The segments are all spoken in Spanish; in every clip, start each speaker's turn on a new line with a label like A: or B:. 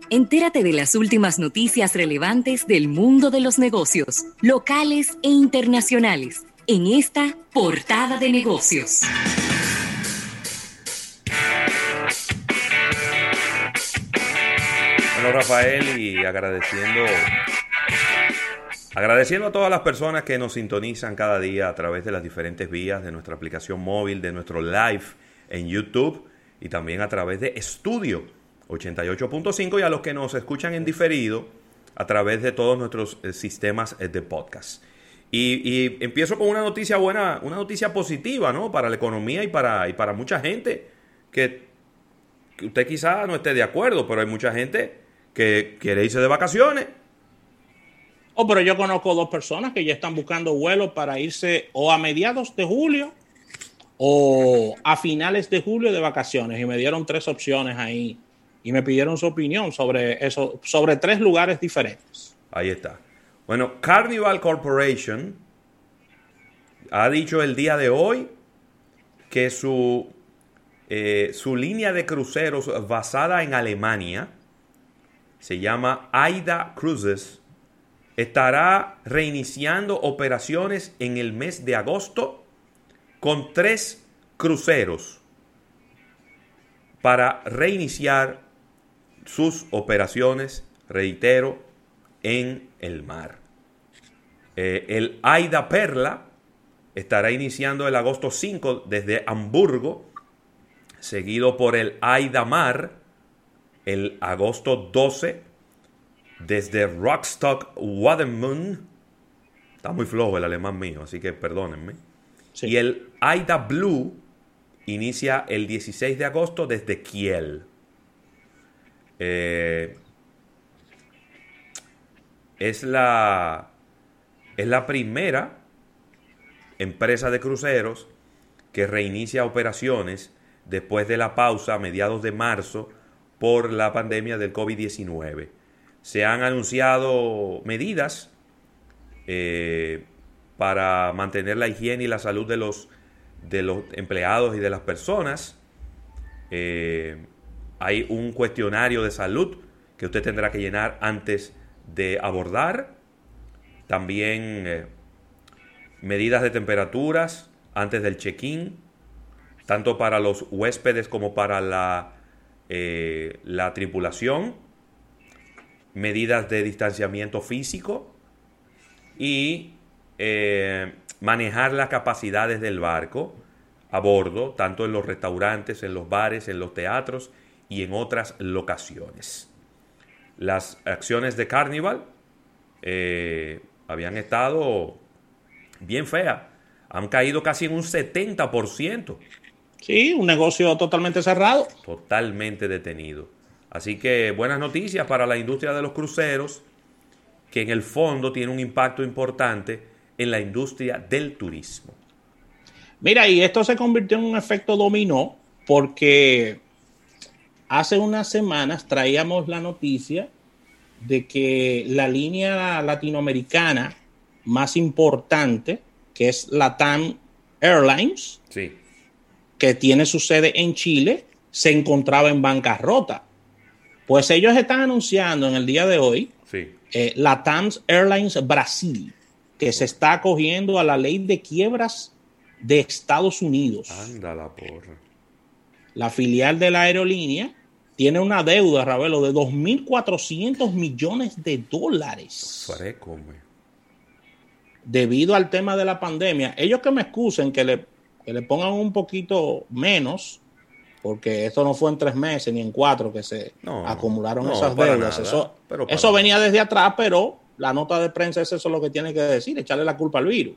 A: Entérate de las últimas noticias relevantes del mundo de los negocios, locales e internacionales, en esta Portada de Negocios.
B: Bueno, Rafael, y agradeciendo a todas las personas que nos sintonizan cada día a través de las diferentes vías de nuestra aplicación móvil, de nuestro live en YouTube y también a través de Estudio 88.5 y a los que nos escuchan en diferido a través de todos nuestros sistemas de podcast. Y empiezo con una noticia buena, una noticia positiva, ¿no? Para la economía y para mucha gente que usted quizá no esté de acuerdo, pero hay mucha gente que quiere irse de vacaciones.
C: Pero yo conozco dos personas que ya están buscando vuelos para irse o a mediados de julio o a finales de julio de vacaciones, y me dieron tres opciones ahí y me pidieron su opinión sobre eso, sobre tres lugares diferentes.
B: Ahí está. Bueno, Carnival Corporation ha dicho el día de hoy que su línea de cruceros basada en Alemania, se llama AIDA Cruises, estará reiniciando operaciones en el mes de agosto con 3 cruceros para reiniciar sus operaciones, reitero, en el mar. El AIDA Perla estará iniciando el agosto 5 desde Hamburgo, seguido por el AIDA Mar el agosto 12 desde Rostock Wademund. Está muy flojo el alemán mío, así que perdónenme. Sí. Y el AIDA Blue inicia el 16 de agosto desde Kiel. Es la primera empresa de cruceros que reinicia operaciones después de la pausa a mediados de marzo por la pandemia del COVID-19. Se han anunciado medidas para mantener la higiene y la salud de los empleados y de las personas. Hay un cuestionario de salud que usted tendrá que llenar antes de abordar. También medidas de temperaturas antes del check-in, tanto para los huéspedes como para la tripulación. Medidas de distanciamiento físico y manejar las capacidades del barco a bordo, tanto en los restaurantes, en los bares, en los teatros y en otras locaciones. Las acciones de Carnival habían estado bien feas, han caído casi en un 70%.
C: Sí, un negocio totalmente cerrado.
B: Totalmente detenido. Así que buenas noticias para la industria de los cruceros, que en el fondo tiene un impacto importante en la industria del turismo.
C: Mira, y esto se convirtió en un efecto dominó porque hace unas semanas traíamos la noticia de que la línea latinoamericana más importante, que es LATAM Airlines,
B: sí,
C: que tiene su sede en Chile, se encontraba en bancarrota. Pues ellos están anunciando en el día de hoy,
B: sí,
C: LATAM Airlines Brasil, que se está acogiendo a la ley de quiebras de Estados Unidos.
B: Anda la porra.
C: La filial de la aerolínea tiene una deuda, Ravelo, de $2.400 millones.
B: Freco,
C: debido al tema de la pandemia. Ellos que me excusen, que le pongan un poquito menos, porque esto no fue en 3 meses ni en 4 que se acumularon esas deudas. Eso venía desde atrás, pero la nota de prensa es eso lo que tiene que decir, echarle la culpa al virus.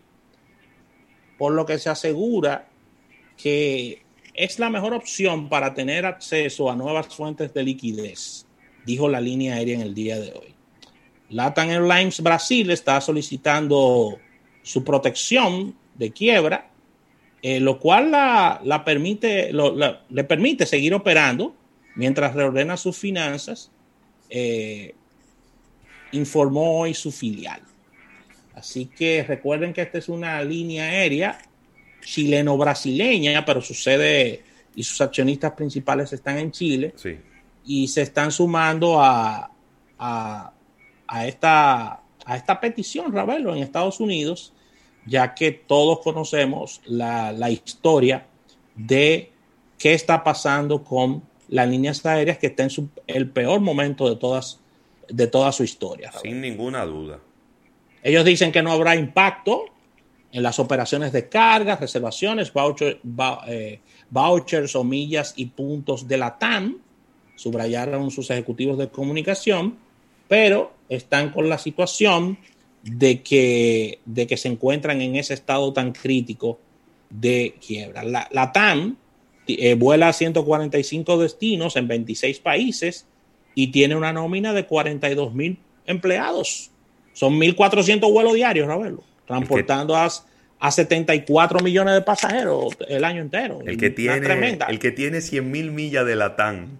C: Por lo que se asegura que es la mejor opción para tener acceso a nuevas fuentes de liquidez, dijo la línea aérea en el día de hoy. LATAM Airlines Brasil está solicitando su protección de quiebra, lo cual le permite seguir operando mientras reordena sus finanzas, informó hoy su filial. Así que recuerden que esta es una línea aérea chileno-brasileña, pero su sede y sus accionistas principales están en Chile.
B: Sí.
C: y se están sumando a esta petición, Ravelo, en Estados Unidos, ya que todos conocemos la historia de qué está pasando con las líneas aéreas, que está en el peor momento de toda su historia, Ravelo.
B: Sin ninguna duda.
C: Ellos dicen que no habrá impacto en las operaciones de carga, reservaciones, vouchers o millas y puntos de la TAM, subrayaron sus ejecutivos de comunicación, pero están con la situación de que se encuentran en ese estado tan crítico de quiebra. La TAM vuela a 145 destinos en 26 países y tiene una nómina de 42,000 empleados. Son 1,400 vuelos diarios, Ravelo, transportando a 74 millones de pasajeros el año entero.
B: El que tiene 100,000 millas de Latam,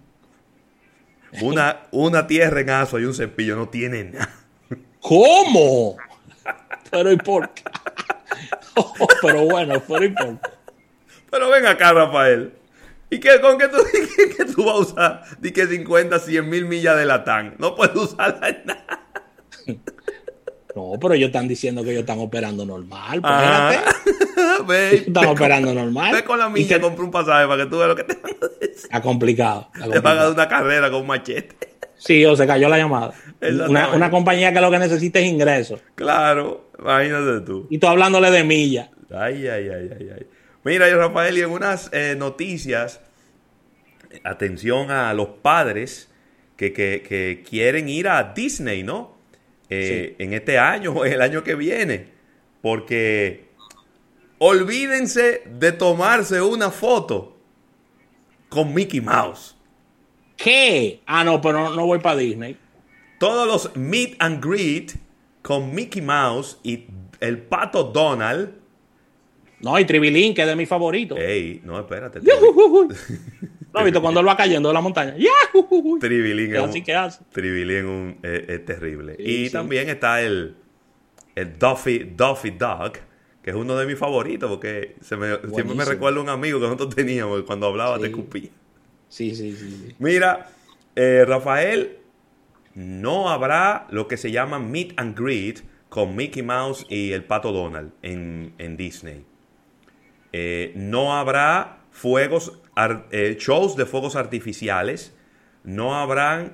B: una tierra en Aso y un cepillo, no tiene nada.
C: ¿Cómo? Pero ¿y por qué? Pero bueno, pero ¿y por qué?
B: Pero ven acá, Rafael. ¿Y con qué tú vas a usar? Di que 50, 100,000 millas de Latam. No puedes usarla en nada.
C: No, pero ellos están diciendo que ellos están operando normal.
B: Están
C: operando normal.
B: Ve con la milla y compra un pasaje para que tú veas lo que te van a decir.
C: Está complicado.
B: Te van a dar una carrera con un machete.
C: Sí, o se cayó la llamada. Una compañía que lo que necesita es ingresos.
B: Claro, imagínate tú.
C: Y tú hablándole de millas.
B: Ay. Mira, yo, Rafael, y en unas noticias, atención a los padres que quieren ir a Disney, ¿no? Sí. En este año o el año que viene, porque olvídense de tomarse una foto con Mickey Mouse.
C: ¿Qué? No, pero no voy para Disney.
B: Todos los meet and greet con Mickey Mouse y el pato Donald.
C: No, y Tribilín, que es de mis favoritos.
B: Ey, no, espérate.
C: ¿No has visto cuando él va cayendo de la montaña?
B: Tribilín
C: Tribilín
B: es terrible. Sí, y también está el Duffy Dog, que es uno de mis favoritos, porque siempre me recuerda un amigo que nosotros teníamos cuando hablaba te escupía.
C: Sí.
B: Mira, Rafael, no habrá lo que se llama meet and greet con Mickey Mouse y el pato Donald en Disney. No habrá shows de fuegos artificiales, no habrán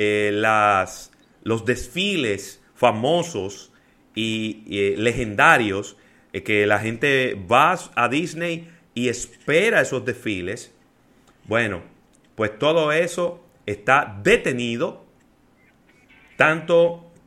B: los desfiles famosos y legendarios que la gente va a Disney y espera esos desfiles. Bueno, pues todo eso está detenido. Tanto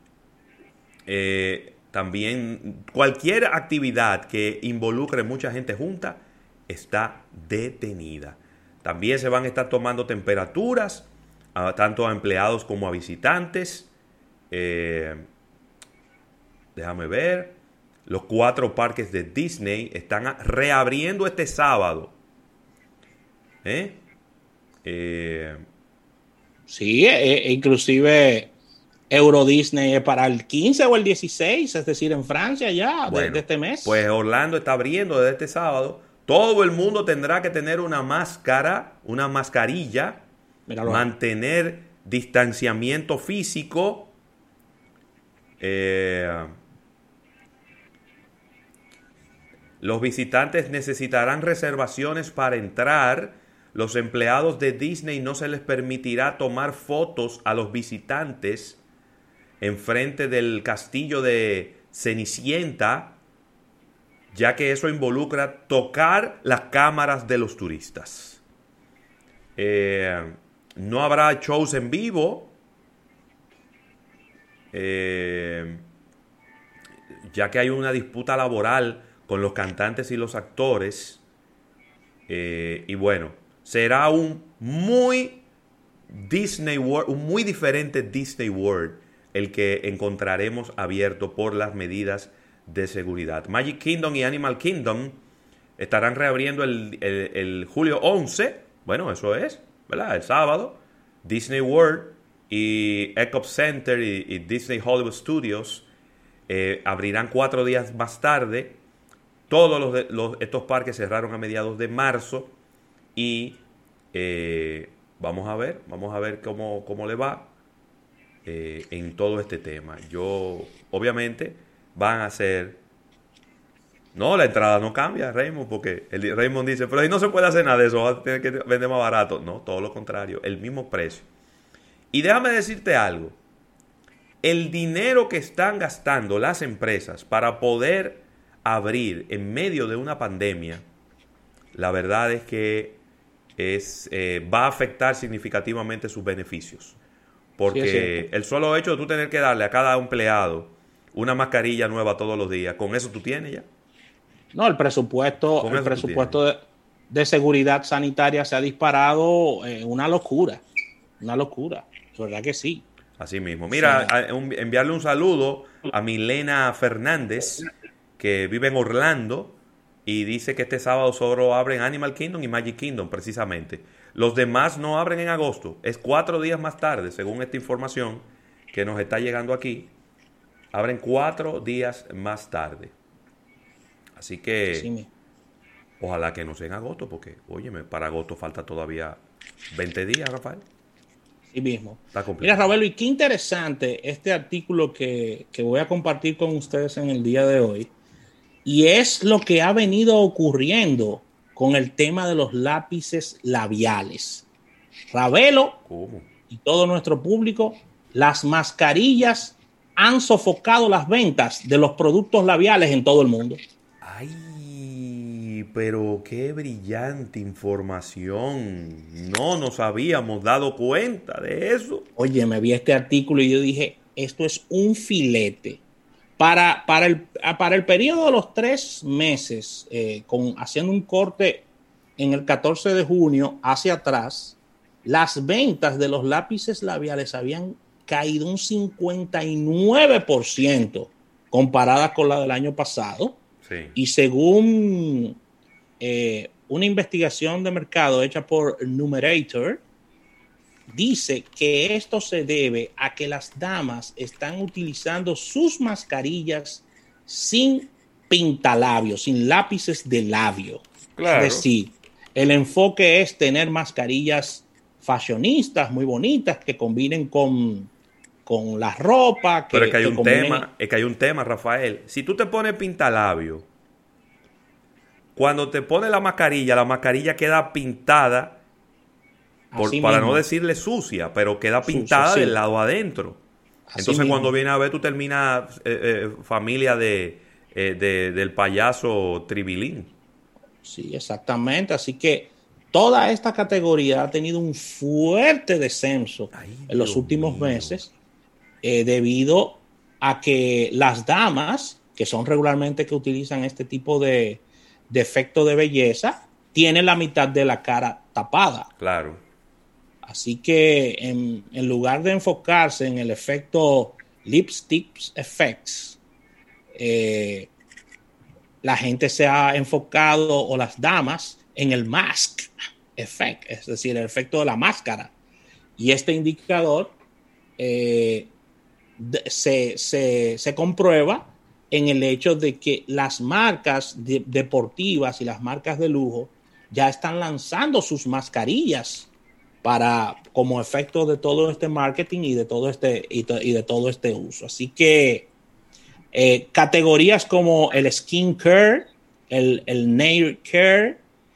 B: también cualquier actividad que involucre mucha gente junta está detenida. También se van a estar tomando temperaturas, tanto a empleados como a visitantes. Déjame ver. Los 4 parques de Disney están reabriendo este sábado.
C: Sí, inclusive Euro Disney es para el 15 o el 16, es decir, en Francia ya, desde este mes.
B: Pues Orlando está abriendo desde este sábado. Todo el mundo tendrá que tener una mascarilla, mantener distanciamiento físico. Los visitantes necesitarán reservaciones para entrar. Los empleados de Disney no se les permitirá tomar fotos a los visitantes enfrente del castillo de Cenicienta, ya que eso involucra tocar las cámaras de los turistas. No habrá shows en vivo, ya que hay una disputa laboral con los cantantes y los actores. Y bueno, será un muy Disney World, un muy diferente Disney World el que encontraremos abierto por las medidas de seguridad. Magic Kingdom y Animal Kingdom estarán reabriendo el julio 11. Bueno, eso es, ¿verdad? El sábado. Disney World y Epcot Center y Disney Hollywood Studios abrirán 4 días más tarde. Todos estos parques cerraron a mediados de marzo y vamos a ver cómo le va en todo este tema. Obviamente, van a ser... No, la entrada no cambia, Raymond, porque Raymond dice, pero ahí no se puede hacer nada de eso, va a tener que vender más barato. No, todo lo contrario, el mismo precio. Y déjame decirte algo. El dinero que están gastando las empresas para poder abrir en medio de una pandemia, la verdad es que va a afectar significativamente sus beneficios. Porque el solo hecho de tú tener que darle a cada empleado una mascarilla nueva todos los días, con eso tú tienes ya.
C: No, el presupuesto de seguridad sanitaria se ha disparado, una locura. Una locura. De verdad que sí.
B: Así mismo. Mira, enviarle un saludo a Milena Fernández, que vive en Orlando, y dice que este sábado solo abren Animal Kingdom y Magic Kingdom, precisamente. Los demás no abren en agosto. Es 4 días más tarde, según esta información que nos está llegando aquí. Abren 4 días más tarde. Así que ojalá que no sea en agosto, porque, óyeme, para agosto falta todavía 20 días, Rafael.
C: Sí mismo. Mira, Ravelo, y qué interesante este artículo que voy a compartir con ustedes en el día de hoy. Y es lo que ha venido ocurriendo con el tema de los lápices labiales. Ravelo y todo nuestro público, las mascarillas han sofocado las ventas de los productos labiales en todo el mundo.
B: ¡Ay! Pero qué brillante información. No nos habíamos dado cuenta de eso.
C: Oye, me vi este artículo y yo dije, esto es un filete. Para el periodo de los 3 meses, haciendo un corte en el 14 de junio hacia atrás, las ventas de los lápices labiales habían caído un 59% comparadas con la del año pasado. Sí. Y según una investigación de mercado hecha por Numerator, dice que esto se debe a que las damas están utilizando sus mascarillas sin pintalabios, sin lápices de labio. Claro. Es decir, el enfoque es tener mascarillas fashionistas, muy bonitas, que combinen con la ropa.
B: Pero es que hay un tema, Rafael. Si tú te pones pintalabio, cuando te pones la mascarilla queda pintada, para no decirle sucia, pero queda pintada del lado adentro. Entonces cuando viene a ver, tú terminas familia del payaso Tribilín.
C: Sí, exactamente. Así que toda esta categoría ha tenido un fuerte descenso en los últimos meses, debido a que las damas, que son regularmente que utilizan este tipo de efecto de belleza, tienen la mitad de la cara tapada.
B: Claro.
C: Así que en lugar de enfocarse en el efecto lipstick effects, la gente se ha enfocado, o las damas, en el mask effect, es decir, el efecto de la máscara. Y este indicador se comprueba en el hecho de que las marcas deportivas y las marcas de lujo ya están lanzando sus mascarillas como efecto de todo este marketing y de todo este uso. Así que categorías como el skin care, el nail care,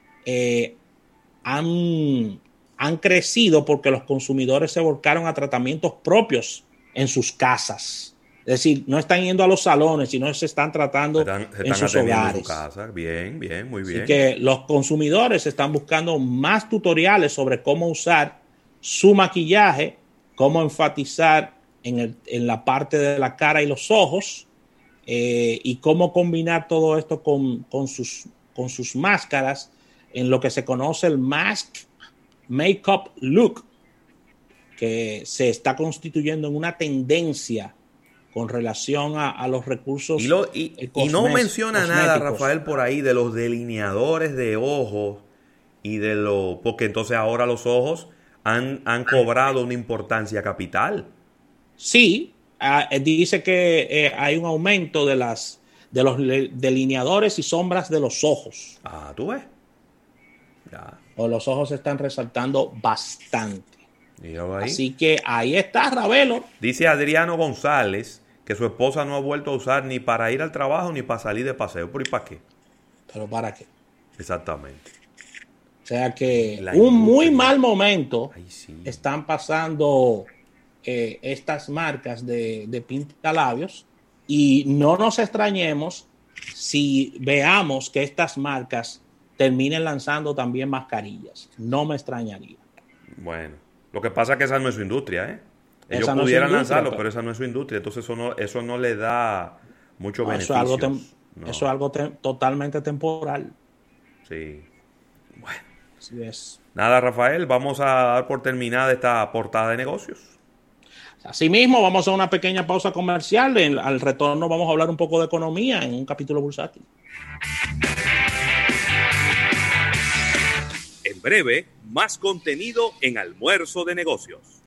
C: han crecido porque los consumidores se volcaron a tratamientos propios en sus casas. Es decir, no están yendo a los salones, sino se están tratando en sus hogares. En su casa.
B: Bien, muy bien.
C: Así que los consumidores están buscando más tutoriales sobre cómo usar su maquillaje, cómo enfatizar en la parte de la cara y los ojos, y cómo combinar todo esto con sus máscaras en lo que se conoce el mask makeup look, que se está constituyendo en una tendencia con relación a los recursos.
B: Y no menciona nada, Rafael, por ahí de los delineadores de ojos y porque entonces ahora los ojos han cobrado una importancia capital.
C: Sí, dice que hay un aumento de los delineadores y sombras de los ojos.
B: Ah, tú ves. Ya.
C: o los ojos están resaltando bastante. Así que ahí está Ravelo.
B: Dice Adriano González que su esposa no ha vuelto a usar ni para ir al trabajo ni para salir de paseo. ¿Pero y para qué?
C: ¿Pero para qué?
B: Exactamente.
C: O sea que un muy mal momento están pasando estas marcas de pintalabios, y no nos extrañemos si veamos que estas marcas terminen lanzando también mascarillas. No me extrañaría.
B: Bueno, lo que pasa es que esa no es su industria, ¿eh? Ellos pudieran lanzarlo, pero esa no es su industria. Entonces eso no le da mucho beneficio.
C: Eso es algo totalmente temporal.
B: Sí. Bueno.
C: Así es.
B: Nada, Rafael, vamos a dar por terminada esta portada de negocios.
C: Asimismo, vamos a una pequeña pausa comercial. Al retorno vamos a hablar un poco de economía en un capítulo bursátil.
D: En breve, más contenido en Almuerzo de Negocios.